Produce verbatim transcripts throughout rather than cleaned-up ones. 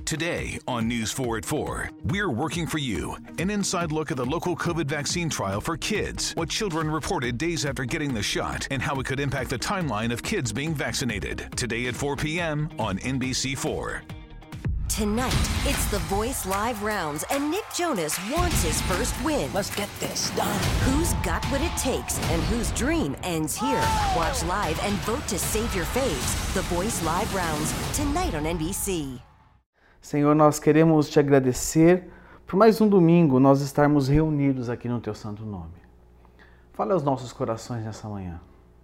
Today on News four at four, we're working for you. An inside look at the local COVID vaccine trial for kids, what children reported days after getting the shot, and how it could impact the timeline of kids being vaccinated. Today at four p.m. on N B C four. Tonight, it's The Voice Live rounds, and Nick Jonas wants his first win. Let's get this done. Who's got what it takes and whose dream ends here? Watch live and vote to save your faves. The Voice Live rounds, tonight on N B C. Senhor, nós queremos te agradecer por mais um domingo nós estarmos reunidos aqui no teu santo nome. Fala aos nossos corações nessa manhã.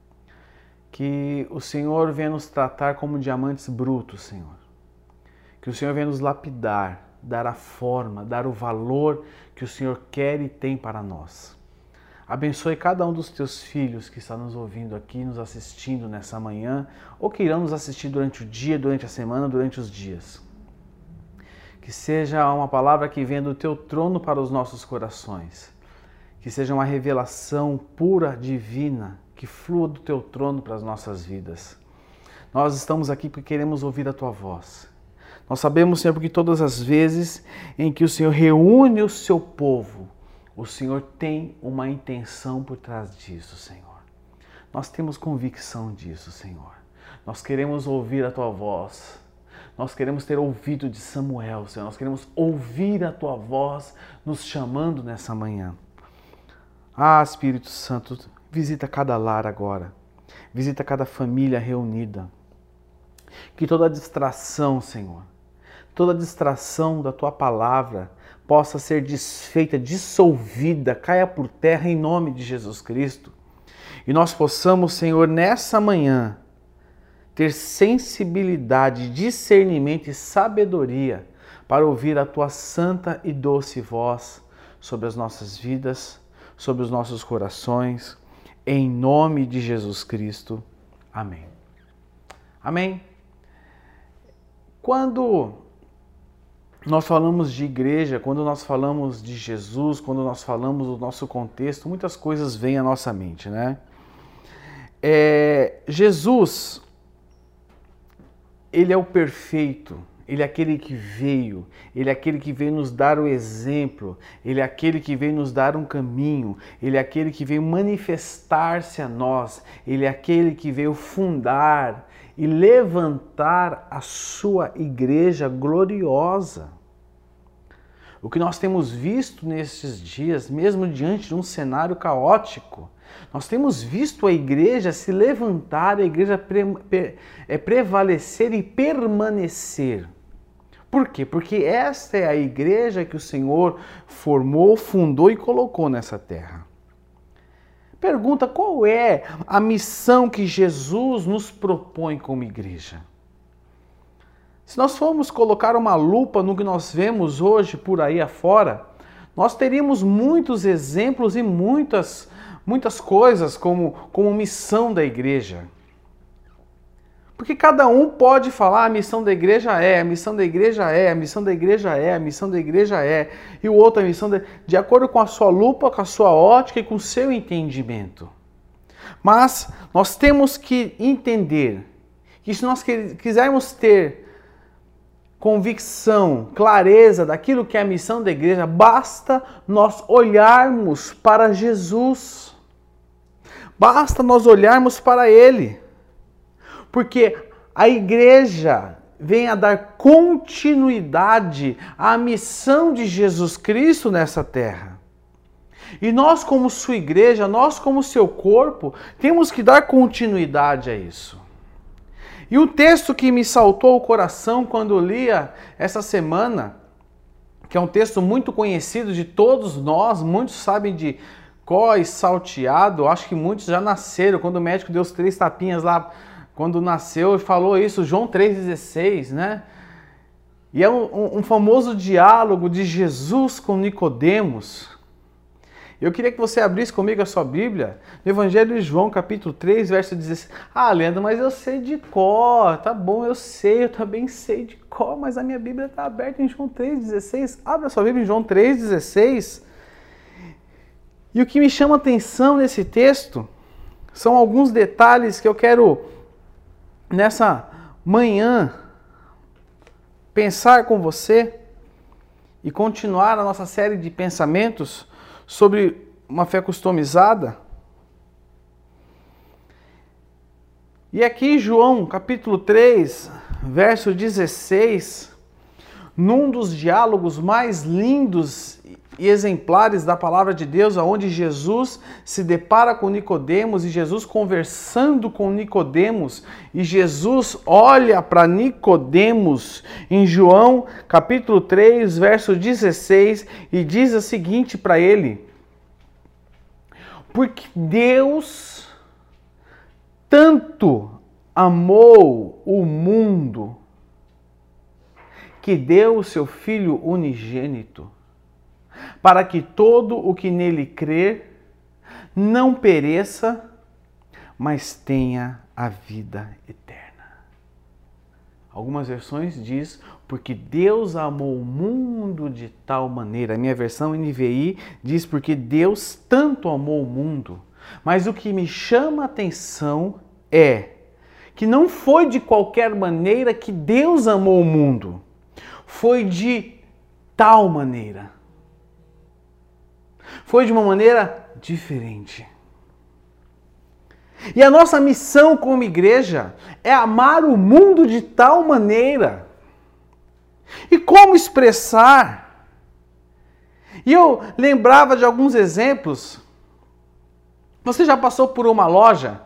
Que o Senhor venha nos tratar como diamantes brutos, Senhor. Que o Senhor venha nos lapidar, dar a forma, dar o valor que o Senhor quer e tem para nós. Abençoe cada um dos teus filhos que está nos ouvindo aqui, nos assistindo nessa manhã, ou que irão nos assistir durante o dia, durante a semana, durante os dias. Que seja uma palavra que venha do teu trono para os nossos corações. Que seja uma revelação pura, divina, que flua do teu trono para as nossas vidas. Nós estamos aqui porque queremos ouvir a tua voz. Nós sabemos, Senhor, porque todas as vezes em que o Senhor reúne o seu povo, o Senhor tem uma intenção por trás disso, Senhor. Nós temos convicção disso, Senhor. Nós queremos ouvir a tua voz. Nós queremos ter ouvido de Samuel, Senhor. Nós queremos ouvir a tua voz nos chamando nessa manhã. Ah, Espírito Santo, visita cada lar agora. Visita cada família reunida. Que toda distração, Senhor, toda distração da tua palavra possa ser desfeita, dissolvida, caia por terra em nome de Jesus Cristo. E nós possamos, Senhor, nessa manhã, ter sensibilidade, discernimento e sabedoria para ouvir a tua santa e doce voz sobre as nossas vidas, sobre os nossos corações, em nome de Jesus Cristo. Amém. Amém. Quando nós falamos de igreja, quando nós falamos de Jesus, quando nós falamos do nosso contexto, muitas coisas vêm à nossa mente, né? É, Jesus, ele é o perfeito, ele é aquele que veio, ele é aquele que veio nos dar o exemplo, ele é aquele que veio nos dar um caminho, ele é aquele que veio manifestar-se a nós, ele é aquele que veio fundar e levantar a sua igreja gloriosa. O que nós temos visto nesses dias, mesmo diante de um cenário caótico, nós temos visto a igreja se levantar, a igreja pre, pre, é, prevalecer e permanecer. Por quê? Porque esta é a igreja que o Senhor formou, fundou e colocou nessa terra. Pergunta, qual é a missão que Jesus nos propõe como igreja? Se nós formos colocar uma lupa no que nós vemos hoje por aí afora, nós teríamos muitos exemplos e muitas, muitas coisas como, como missão da igreja. Porque cada um pode falar a missão da igreja é, a missão da igreja é, a missão da igreja é, a missão da igreja é, e o outro a missão de, de acordo com a sua lupa, com a sua ótica e com o seu entendimento. Mas nós temos que entender que se nós quisermos ter convicção, clareza daquilo que é a missão da igreja, basta nós olharmos para Jesus. Basta nós olharmos para Ele. Porque a igreja vem a dar continuidade à missão de Jesus Cristo nessa terra. E nós, como sua igreja, nós, como seu corpo, temos que dar continuidade a isso. E o texto que me saltou o coração quando eu lia essa semana, que é um texto muito conhecido de todos nós, muitos sabem de có e salteado, acho que muitos já nasceram, quando o médico deu os três tapinhas lá, quando nasceu, falou isso, João três dezesseis, né? E é um, um famoso diálogo de Jesus com Nicodemos. Eu queria que você abrisse comigo a sua Bíblia, no Evangelho de João, capítulo três, verso dezesseis. Ah, Leandro, mas eu sei de cor. Tá bom, eu sei, eu também sei de cor, mas a minha Bíblia está aberta em João três dezesseis. Abra a sua Bíblia em João três dezesseis. E o que me chama a atenção nesse texto são alguns detalhes que eu quero, nessa manhã, pensar com você e continuar a nossa série de pensamentos sobre uma fé customizada. E aqui João, capítulo três, verso dezesseis, num dos diálogos mais lindos e exemplares da palavra de Deus, onde Jesus se depara com Nicodemos e Jesus conversando com Nicodemos, e Jesus olha para Nicodemos em João capítulo três, verso dezesseis, e diz o seguinte para ele: porque Deus tanto amou o mundo que deu o seu Filho unigênito, para que todo o que nele crer não pereça, mas tenha a vida eterna. Algumas versões diz, porque Deus amou o mundo de tal maneira. A minha versão N V I diz, porque Deus tanto amou o mundo. Mas o que me chama a atenção é que não foi de qualquer maneira que Deus amou o mundo. Foi de tal maneira. Foi de uma maneira diferente. E a nossa missão como igreja é amar o mundo de tal maneira. E como expressar? E eu lembrava de alguns exemplos. Você já passou por uma loja?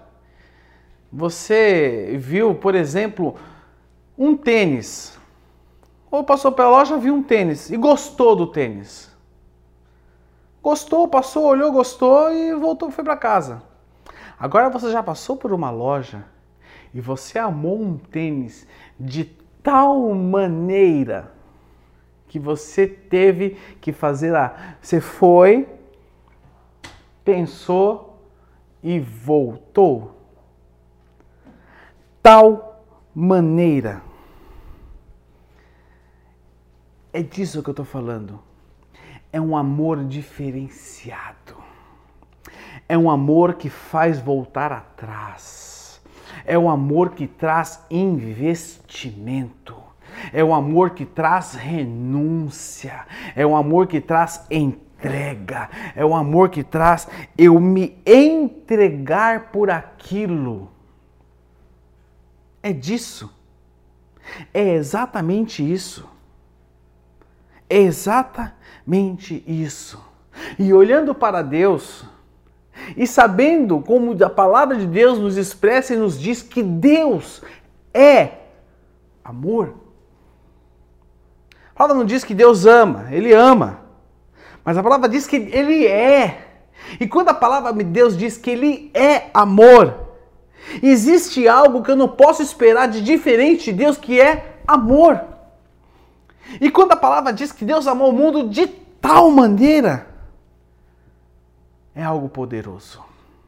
Você viu, por exemplo, um tênis. Ou passou pela loja, viu um tênis e gostou do tênis. Gostou, passou, olhou, gostou e voltou, foi para casa. Agora você já passou por uma loja e você amou um tênis de tal maneira que você teve que fazer a... Você foi, pensou e voltou. Tal maneira. É disso que eu estou falando. É um amor diferenciado. É um amor que faz voltar atrás. É um amor que traz investimento. É um amor que traz renúncia. É um amor que traz entrega. É um amor que traz eu me entregar por aquilo. É disso. É exatamente isso. É exatamente isso. E olhando para Deus, e sabendo como a palavra de Deus nos expressa e nos diz que Deus é amor. A palavra não diz que Deus ama, Ele ama. Mas a palavra diz que Ele é. E quando a palavra de Deus diz que Ele é amor, existe algo que eu não posso esperar de diferente de Deus, que é amor. E quando a palavra diz que Deus amou o mundo de tal maneira, é algo poderoso.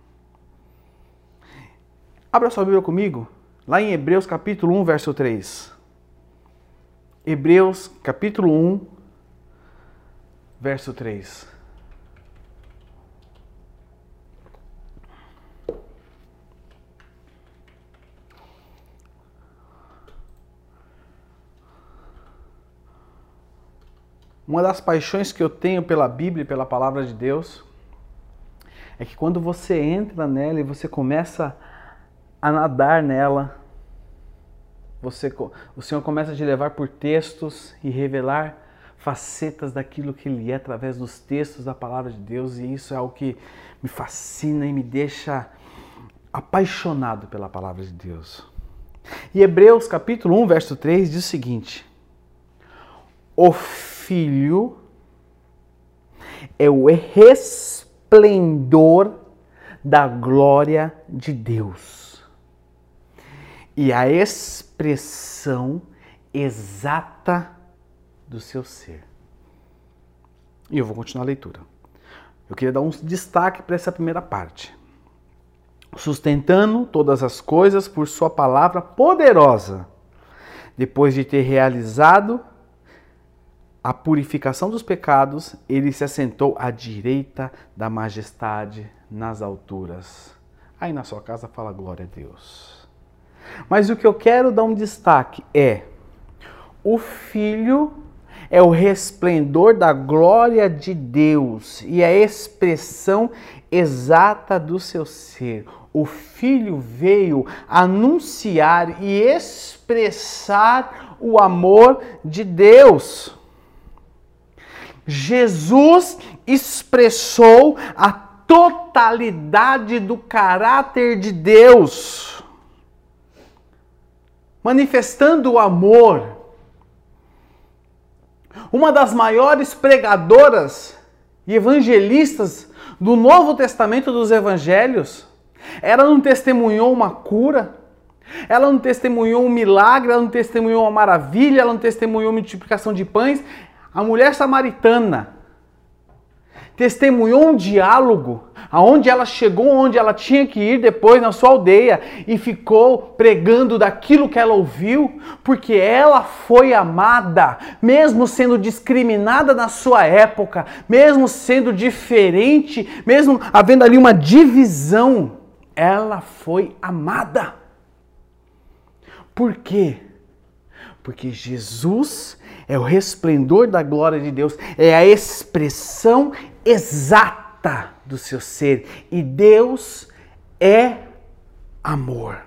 Abra sua Bíblia comigo, lá em Hebreus capítulo um, verso três. Hebreus capítulo um, verso três. Uma das paixões que eu tenho pela Bíblia e pela palavra de Deus é que quando você entra nela e você começa a nadar nela, você, o Senhor começa a te levar por textos e revelar facetas daquilo que Ele é através dos textos da palavra de Deus, e isso é algo que me fascina e me deixa apaixonado pela palavra de Deus. E Hebreus capítulo um, verso três diz o seguinte: o Filho é o resplendor da glória de Deus e a expressão exata do seu ser. E eu vou continuar a leitura. Eu queria dar um destaque para essa primeira parte. Sustentando todas as coisas por sua palavra poderosa, depois de ter realizado a purificação dos pecados, ele se assentou à direita da majestade nas alturas. Aí na sua casa fala glória a Deus. Mas o que eu quero dar um destaque é: O Filho é o resplendor da glória de Deus e a expressão exata do seu ser. O Filho veio anunciar e expressar o amor de Deus. Jesus expressou a totalidade do caráter de Deus, manifestando o amor. Uma das maiores pregadoras e evangelistas do Novo Testamento dos Evangelhos, ela não testemunhou uma cura, ela não testemunhou um milagre, ela não testemunhou uma maravilha, ela não testemunhou a multiplicação de pães. A mulher samaritana testemunhou um diálogo, aonde ela chegou onde ela tinha que ir depois na sua aldeia e ficou pregando daquilo que ela ouviu, porque ela foi amada, mesmo sendo discriminada na sua época, mesmo sendo diferente, mesmo havendo ali uma divisão, ela foi amada. Por quê? Porque Jesus é o resplendor da glória de Deus, é a expressão exata do seu ser. E Deus é amor.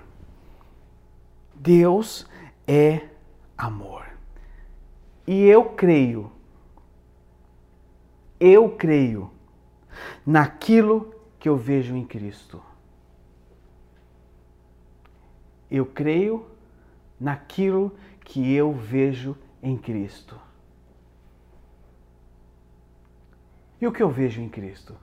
Deus é amor. E eu creio, eu creio naquilo que eu vejo em Cristo. Eu creio naquilo que eu vejo em Cristo. E o que eu vejo em Cristo?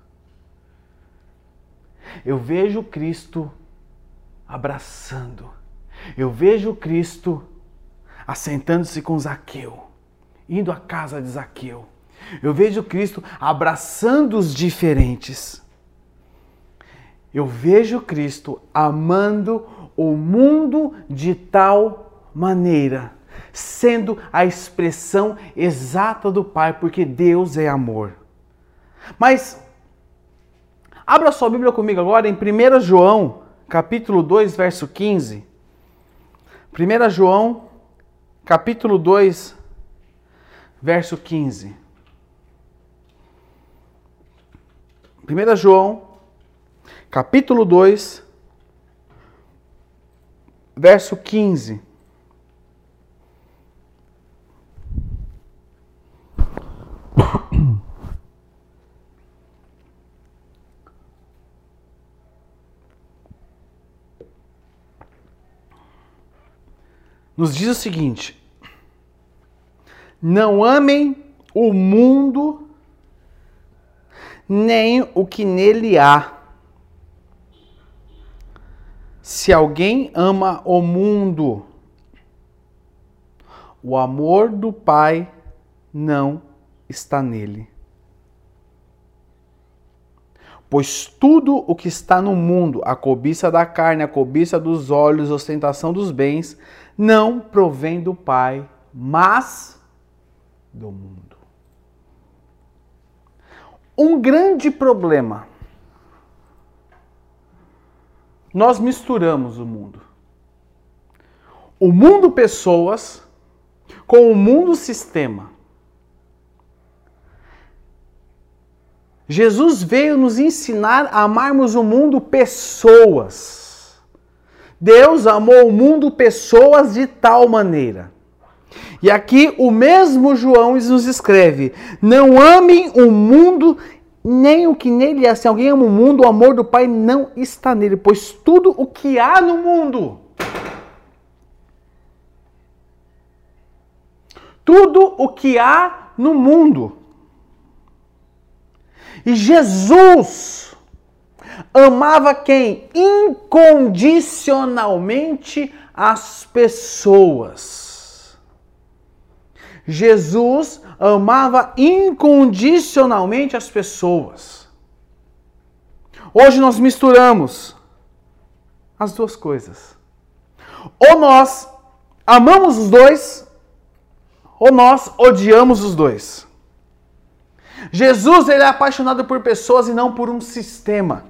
Eu vejo Cristo abraçando. Eu vejo Cristo assentando-se com Zaqueu, indo à casa de Zaqueu. Eu vejo Cristo abraçando os diferentes. Eu vejo Cristo amando o mundo de tal maneira, sendo a expressão exata do Pai, porque Deus é amor. Mas, abra sua Bíblia comigo agora em primeiro João, capítulo dois, verso quinze. primeiro João, capítulo dois, verso quinze. primeiro João, capítulo dois, verso quinze. Nos diz o seguinte: não amem o mundo, nem o que nele há. Se alguém ama o mundo, o amor do Pai não está nele. Pois tudo o que está no mundo, a cobiça da carne, a cobiça dos olhos, a ostentação dos bens, não provém do Pai, mas do mundo. Um grande problema. Nós misturamos o mundo. O mundo pessoas com o mundo sistema. Jesus veio nos ensinar a amarmos o mundo pessoas. Deus amou o mundo pessoas de tal maneira. E aqui o mesmo João nos escreve: não amem o mundo nem o que nele há. Se alguém ama o mundo, o amor do Pai não está nele, pois tudo o que há no mundo, tudo o que há no mundo. E Jesus amava quem? Incondicionalmente as pessoas. Jesus amava incondicionalmente as pessoas. Hoje nós misturamos as duas coisas. Ou nós amamos os dois, ou nós odiamos os dois. Jesus, ele é apaixonado por pessoas e não por um sistema.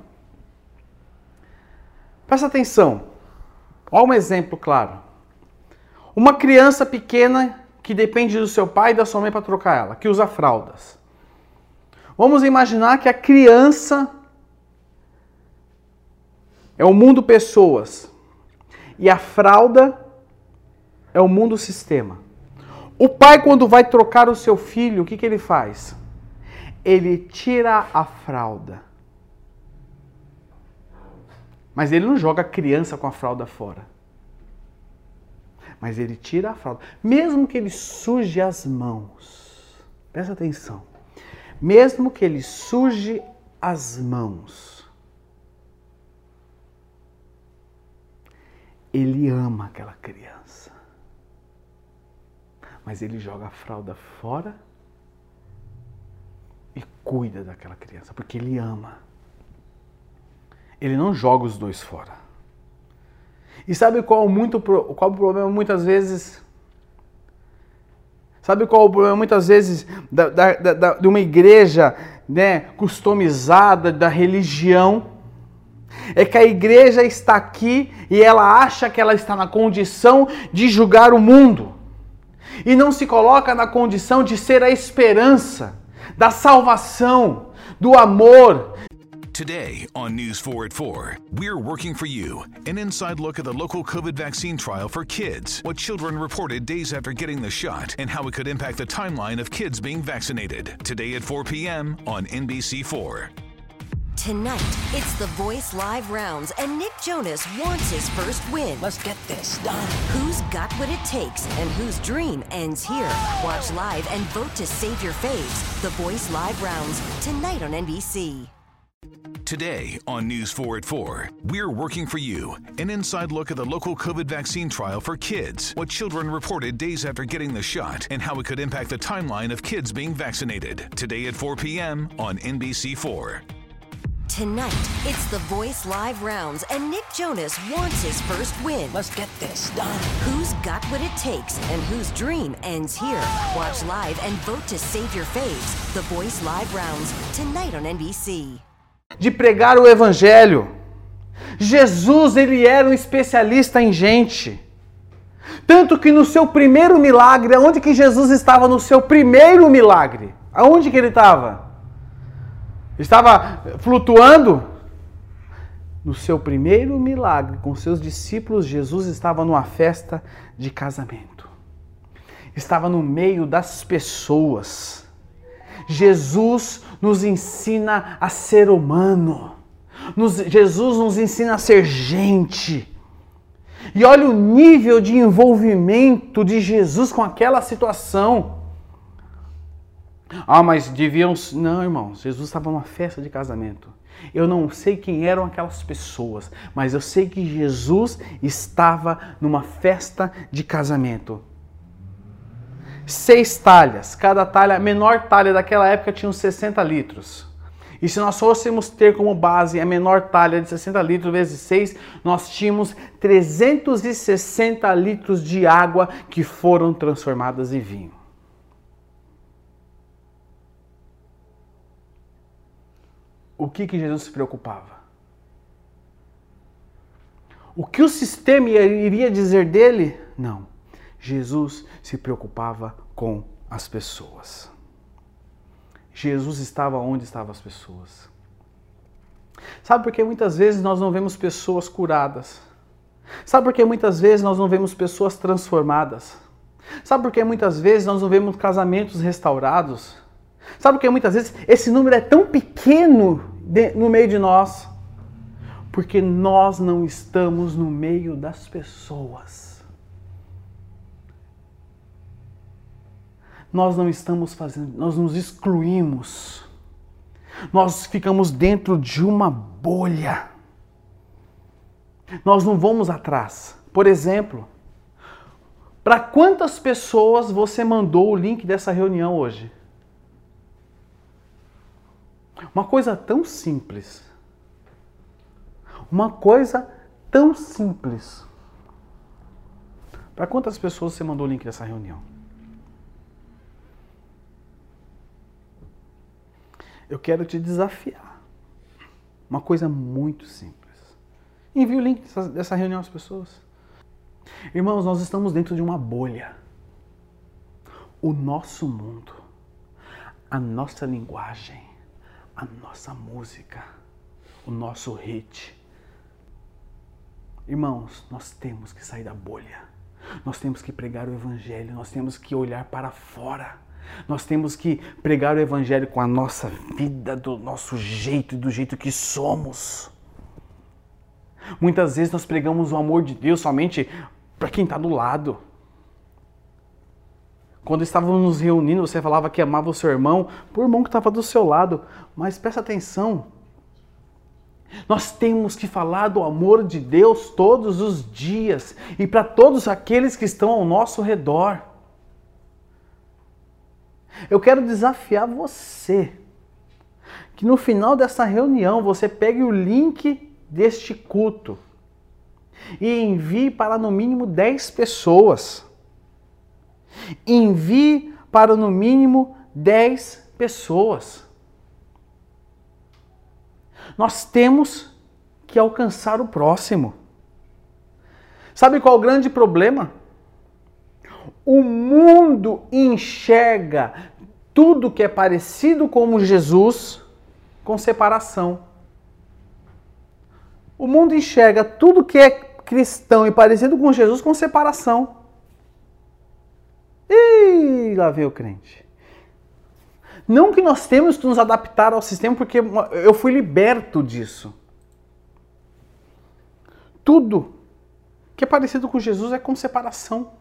Presta atenção. Olha um exemplo claro. Uma criança pequena que depende do seu pai e da sua mãe para trocar ela, que usa fraldas. Vamos imaginar que a criança é o mundo pessoas e a fralda é o mundo sistema. O pai, quando vai trocar o seu filho, o que, que ele faz? Ele tira a fralda. Mas ele não joga a criança com a fralda fora. Mas ele tira a fralda. Mesmo que ele suje as mãos. Presta atenção. Mesmo que ele suje as mãos. Ele ama aquela criança. Mas ele joga a fralda fora e cuida daquela criança, porque ele ama. Ele não joga os dois fora. E sabe qual, muito, qual o problema muitas vezes? Sabe qual o problema muitas vezes da, da, da, de uma igreja, né, customizada, da religião? É que a igreja está aqui e ela acha que ela está na condição de julgar o mundo. E não se coloca na condição de ser a esperança, da salvação, do amor. Today on News four at four, we're working for you. An inside look at the local COVID vaccine trial for kids, what children reported days after getting the shot, and how it could impact the timeline of kids being vaccinated. Today at four p.m. on N B C four. Tonight, it's The Voice Live Rounds, and Nick Jonas wants his first win. Let's get this done. Who's got what it takes and whose dream ends here? Watch live and vote to save your faves. The Voice Live Rounds, tonight on N B C. Today on News four at four, we're working for you. An inside look at the local COVID vaccine trial for kids, what children reported days after getting the shot, and how it could impact the timeline of kids being vaccinated. Today at four p.m. on N B C four. Tonight, it's The Voice Live Rounds, and Nick Jonas wants his first win. Let's get this done. Who's got what it takes and whose dream ends here? Watch live and vote to save your faves. The Voice Live Rounds, tonight on N B C. De pregar o evangelho. Jesus, ele era um especialista em gente. Tanto que no seu primeiro milagre, aonde que Jesus estava no seu primeiro milagre? Aonde que ele estava? Estava flutuando? No seu primeiro milagre, com seus discípulos, Jesus estava numa festa de casamento. Estava no meio das pessoas. Jesus nos ensina a ser humano. Nos, Jesus nos ensina a ser gente. E olha o nível de envolvimento de Jesus com aquela situação. Ah, mas deviam... Não, irmãos, Jesus estava numa festa de casamento. Eu não sei quem eram aquelas pessoas, mas eu sei que Jesus estava numa festa de casamento. Seis talhas, cada talha, a menor talha daquela época tinha uns sessenta litros. E se nós fôssemos ter como base a menor talha de sessenta litros vezes seis, nós tínhamos trezentos e sessenta litros de água que foram transformadas em vinho. O que que Jesus se preocupava? O que o sistema iria dizer dele? Não. Jesus se preocupava com as pessoas. Jesus estava onde estavam as pessoas. Sabe por que muitas vezes nós não vemos pessoas curadas? Sabe por que muitas vezes nós não vemos pessoas transformadas? Sabe por que muitas vezes nós não vemos casamentos restaurados? Sabe por que muitas vezes esse número é tão pequeno de, no meio de nós? Porque nós não estamos no meio das pessoas. Nós não estamos fazendo, nós nos excluímos. Nós ficamos dentro de uma bolha. Nós não vamos atrás. Por exemplo, para quantas pessoas você mandou o link dessa reunião hoje? Uma coisa tão simples. Uma coisa tão simples. Para quantas pessoas você mandou o link dessa reunião? Eu quero te desafiar. Uma coisa muito simples. Envie o link dessa, dessa reunião às pessoas. Irmãos, nós estamos dentro de uma bolha. o nosso mundo, a nossa linguagem, a nossa música, o nosso hit. Irmãos, nós temos que sair da bolha. Nós temos que pregar o Evangelho, nós temos que olhar para fora. Nós temos que pregar o Evangelho com a nossa vida, do nosso jeito e do jeito que somos. Muitas vezes nós pregamos o amor de Deus somente para quem está do lado. Quando estávamos nos reunindo, você falava que amava o seu irmão, por irmão que estava do seu lado. Mas presta atenção, nós temos que falar do amor de Deus todos os dias e para todos aqueles que estão ao nosso redor. Eu quero desafiar você, que no final dessa reunião você pegue o link deste culto e envie para no mínimo dez pessoas. Envie para no mínimo dez pessoas. Nós temos que alcançar o próximo. Sabe qual é o grande problema? O mundo enxerga tudo que é parecido com Jesus com separação. O mundo enxerga tudo que é cristão e parecido com Jesus com separação. E lá vem o crente. Não que nós temos que nos adaptar ao sistema, porque eu fui liberto disso. Tudo que é parecido com Jesus é com separação.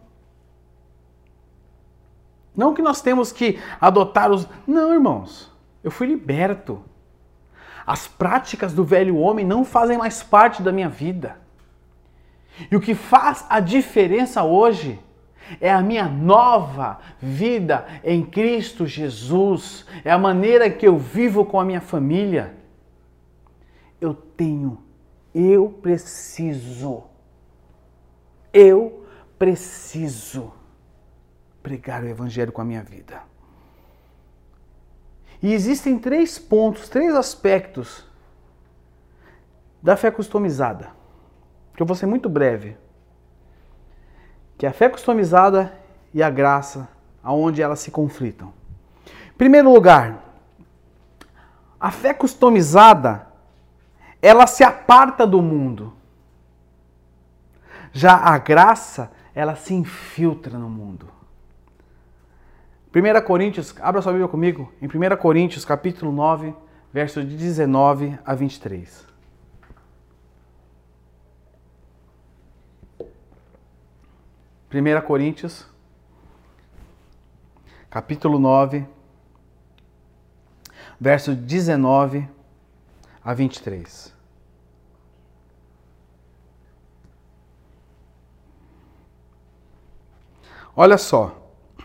Não que nós temos que adotar os... Não, irmãos. Eu fui liberto. As práticas do velho homem não fazem mais parte da minha vida. E o que faz a diferença hoje é a minha nova vida em Cristo Jesus. É a maneira que eu vivo com a minha família. Eu tenho, eu preciso, eu preciso pregar o Evangelho com a minha vida. E existem três pontos, três aspectos da fé customizada, que eu vou ser muito breve. Que é a fé customizada e a graça, aonde elas se conflitam. Em primeiro lugar, a fé customizada, ela se aparta do mundo. Já a graça, ela se infiltra no mundo. primeira Coríntios, abra sua Bíblia comigo, em primeira Coríntios, capítulo nove, versos de dezenove a vinte e três. primeira Coríntios, capítulo nove, verso dezenove a vinte e três. Olha só.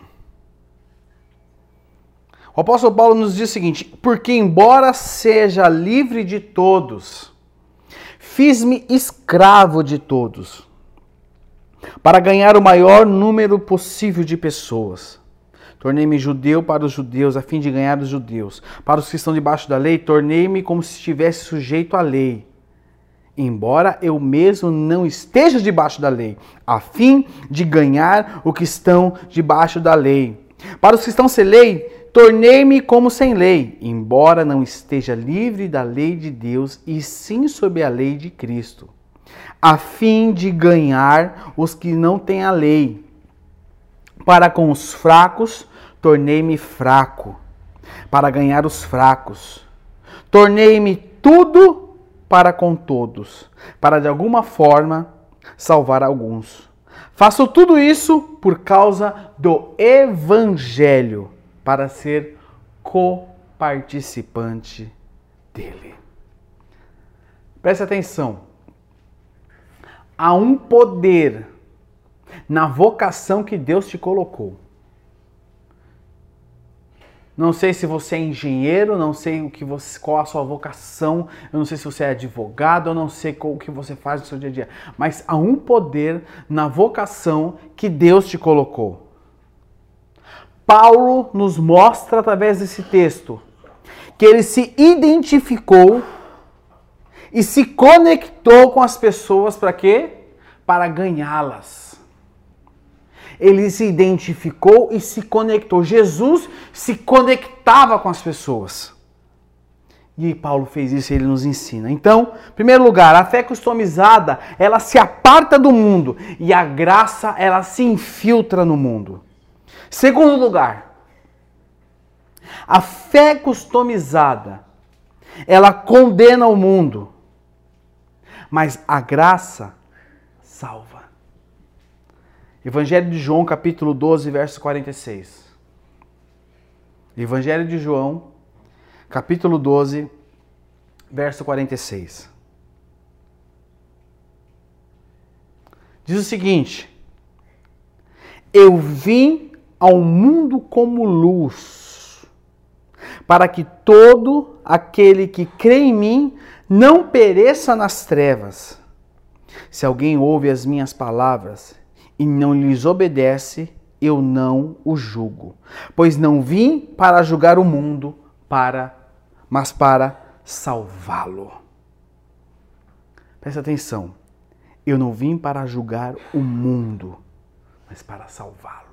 O apóstolo Paulo nos diz o seguinte: porque embora seja livre de todos, fiz-me escravo de todos, para ganhar o maior número possível de pessoas. Tornei-me judeu para os judeus, a fim de ganhar os judeus. Para os que estão debaixo da lei, tornei-me como se estivesse sujeito à lei, embora eu mesmo não esteja debaixo da lei, a fim de ganhar os que estão debaixo da lei. Para os que estão sem lei, tornei-me como sem lei, embora não esteja livre da lei de Deus, e sim sob a lei de Cristo, a fim de ganhar os que não têm a lei. Para com os fracos, tornei-me fraco, para ganhar os fracos. Tornei-me tudo para com todos, para de alguma forma salvar alguns. Faço tudo isso por causa do Evangelho, para ser coparticipante dele. Preste atenção. Há um poder na vocação que Deus te colocou. Não sei se você é engenheiro, não sei o que você, qual a sua vocação, eu não sei se você é advogado, eu não sei qual, o que você faz no seu dia a dia, mas há um poder na vocação que Deus te colocou. Paulo nos mostra através desse texto que ele se identificou e se conectou com as pessoas para quê? Para ganhá-las. Ele se identificou e se conectou. Jesus se conectava com as pessoas. E Paulo fez isso e ele nos ensina. Então, em primeiro lugar, a fé customizada, ela se aparta do mundo e a graça, ela se infiltra no mundo. Segundo lugar, a fé customizada, ela condena o mundo, mas a graça salva. Evangelho de João, capítulo doze, verso quarenta e seis. Evangelho de João, capítulo doze, verso quarenta e seis. Diz o seguinte: eu vim ao mundo como luz, para que todo aquele que crê em mim não pereça nas trevas. Se alguém ouve as minhas palavras e não lhes obedece, eu não o julgo, pois não vim para julgar o mundo, para, mas para salvá-lo. Presta atenção. Eu não vim para julgar o mundo, mas para salvá-lo.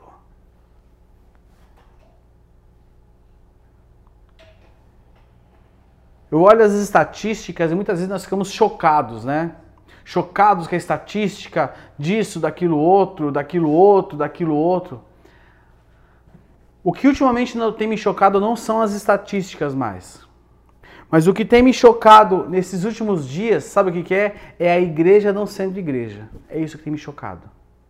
Eu olho as estatísticas e muitas vezes nós ficamos chocados, né? Chocados com a estatística disso, daquilo outro, daquilo outro, daquilo outro. O que ultimamente não tem me chocado não são as estatísticas mais. Mas o que tem me chocado nesses últimos dias, sabe o que, que é? É a igreja não sendo igreja. É isso que tem me chocado.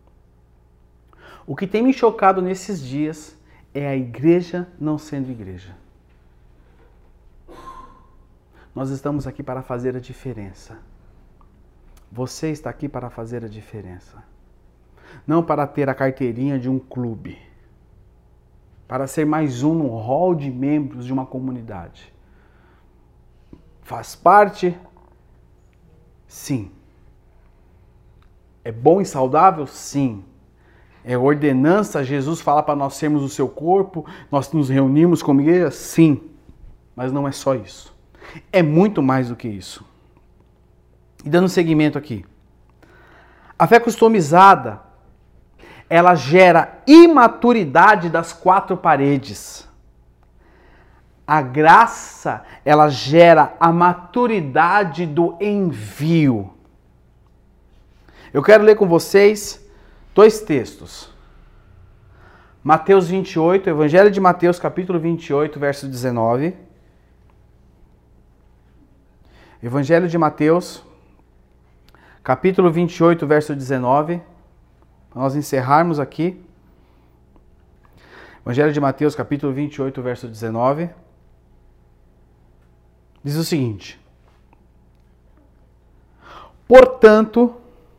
O que tem me chocado nesses dias é a igreja não sendo igreja. Nós estamos aqui para fazer a diferença. Você está aqui para fazer a diferença. Não para ter a carteirinha de um clube. Para ser mais um no hall de membros de uma comunidade. Faz parte? Sim. É bom e saudável? Sim. É ordenança, Jesus fala para nós sermos o seu corpo, nós nos reunimos como igreja? Sim. Mas não é só isso. É muito mais do que isso. E dando seguimento aqui. A fé customizada, ela gera imaturidade das quatro paredes. A graça, ela gera a maturidade do envio. Eu quero ler com vocês dois textos. Mateus vinte e oito, Evangelho de Mateus, capítulo vinte e oito, verso dezenove. Evangelho de Mateus, capítulo vinte e oito, verso dezenove. Para nós encerrarmos aqui. Evangelho de Mateus, capítulo vinte e oito, verso dezenove. Diz o seguinte: portanto,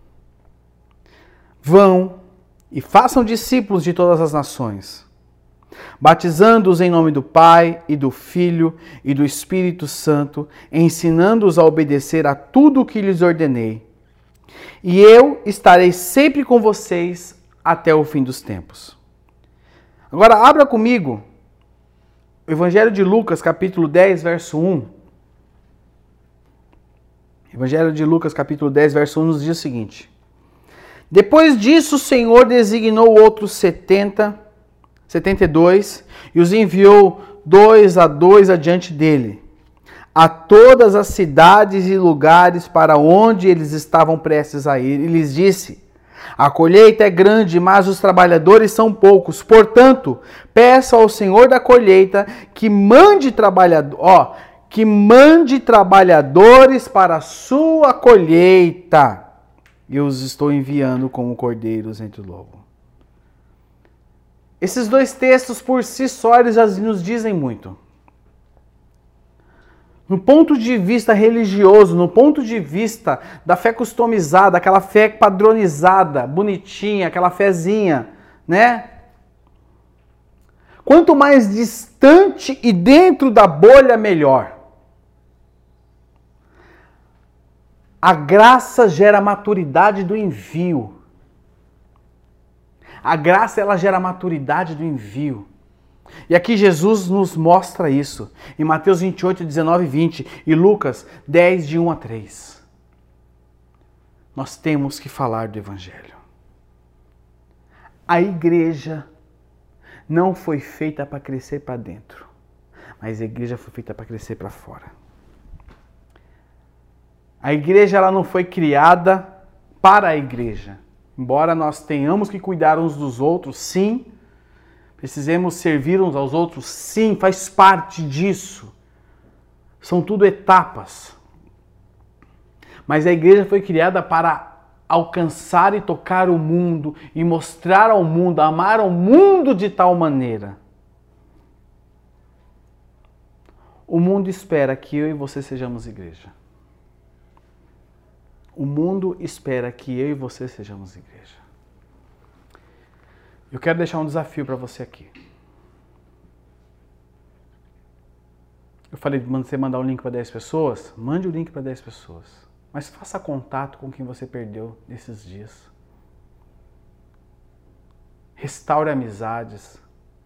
vão e façam discípulos de todas as nações, batizando-os em nome do Pai e do Filho e do Espírito Santo, ensinando-os a obedecer a tudo o que lhes ordenei. E eu estarei sempre com vocês até o fim dos tempos. Agora abra comigo o Evangelho de Lucas, capítulo dez, verso um. Evangelho de Lucas, capítulo dez, verso um, nos diz o seguinte: depois disso, o Senhor designou outros setenta, setenta e dois e os enviou dois a dois adiante dele, a todas as cidades e lugares para onde eles estavam prestes a ir. E lhes disse: a colheita é grande, mas os trabalhadores são poucos. Portanto, peça ao Senhor da colheita que mande trabalhadores, ó, que mande trabalhadores para a sua colheita. Eu os estou enviando como cordeiros entre o lobo. Esses dois textos por si só eles já nos dizem muito. No ponto de vista religioso, no ponto de vista da fé customizada, aquela fé padronizada, bonitinha, aquela fezinha, né? Quanto mais distante e dentro da bolha, melhor. A graça gera a maturidade do envio. A graça, ela gera a maturidade do envio. E aqui Jesus nos mostra isso. Em Mateus vinte e oito, dezenove e vinte e Lucas dez, de um a três. Nós temos que falar do Evangelho. A igreja não foi feita para crescer para dentro, mas a igreja foi feita para crescer para fora. A igreja ela não foi criada para a igreja. Embora nós tenhamos que cuidar uns dos outros, sim. Precisemos servir uns aos outros, sim, faz parte disso. São tudo etapas. Mas a igreja foi criada para alcançar e tocar o mundo e mostrar ao mundo, amar ao mundo de tal maneira. O mundo espera que eu e você sejamos igreja. O mundo espera que eu e você sejamos igreja. Eu quero deixar um desafio para você aqui. Eu falei de você mandar o link para dez pessoas. Mande o link para dez pessoas. Mas faça contato com quem você perdeu nesses dias. Restaure amizades.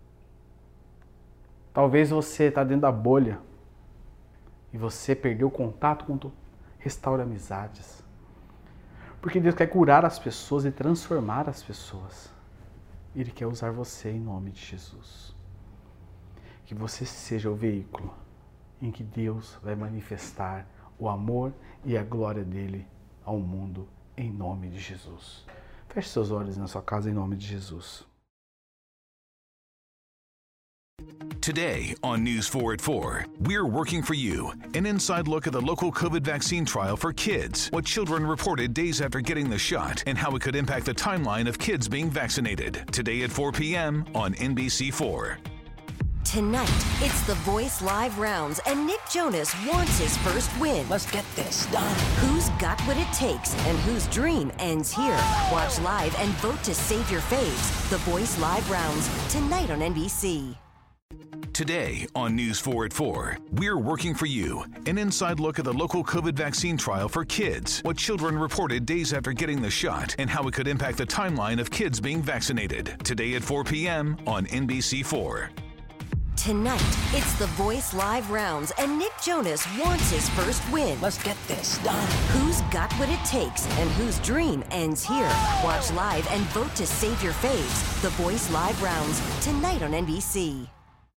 Talvez você está dentro da bolha e você perdeu contato com tu. Restaure amizades. Porque Deus quer curar as pessoas e transformar as pessoas. Ele quer usar você em nome de Jesus. Que você seja o veículo em que Deus vai manifestar o amor e a glória dele ao mundo em nome de Jesus. Feche seus olhos na sua casa em nome de Jesus. Today on News four at four, we're working for you. An inside look at the local COVID vaccine trial for kids, what children reported days after getting the shot, and how it could impact the timeline of kids being vaccinated. Today at four p.m. on N B C four. Tonight, it's The Voice Live rounds, and Nick Jonas wants his first win. Let's get this done. Who's got what it takes and whose dream ends here? Watch live and vote to save your faves. The Voice Live rounds, tonight on N B C. Today on News four at four, we're working for you. An inside look at the local COVID vaccine trial for kids, what children reported days after getting the shot, and how it could impact the timeline of kids being vaccinated. Today at four p.m. on N B C four. Tonight, it's The Voice Live rounds, and Nick Jonas wants his first win. Let's get this done. Who's got what it takes and whose dream ends here? Watch live and vote to save your faves. The Voice Live rounds, tonight on N B C.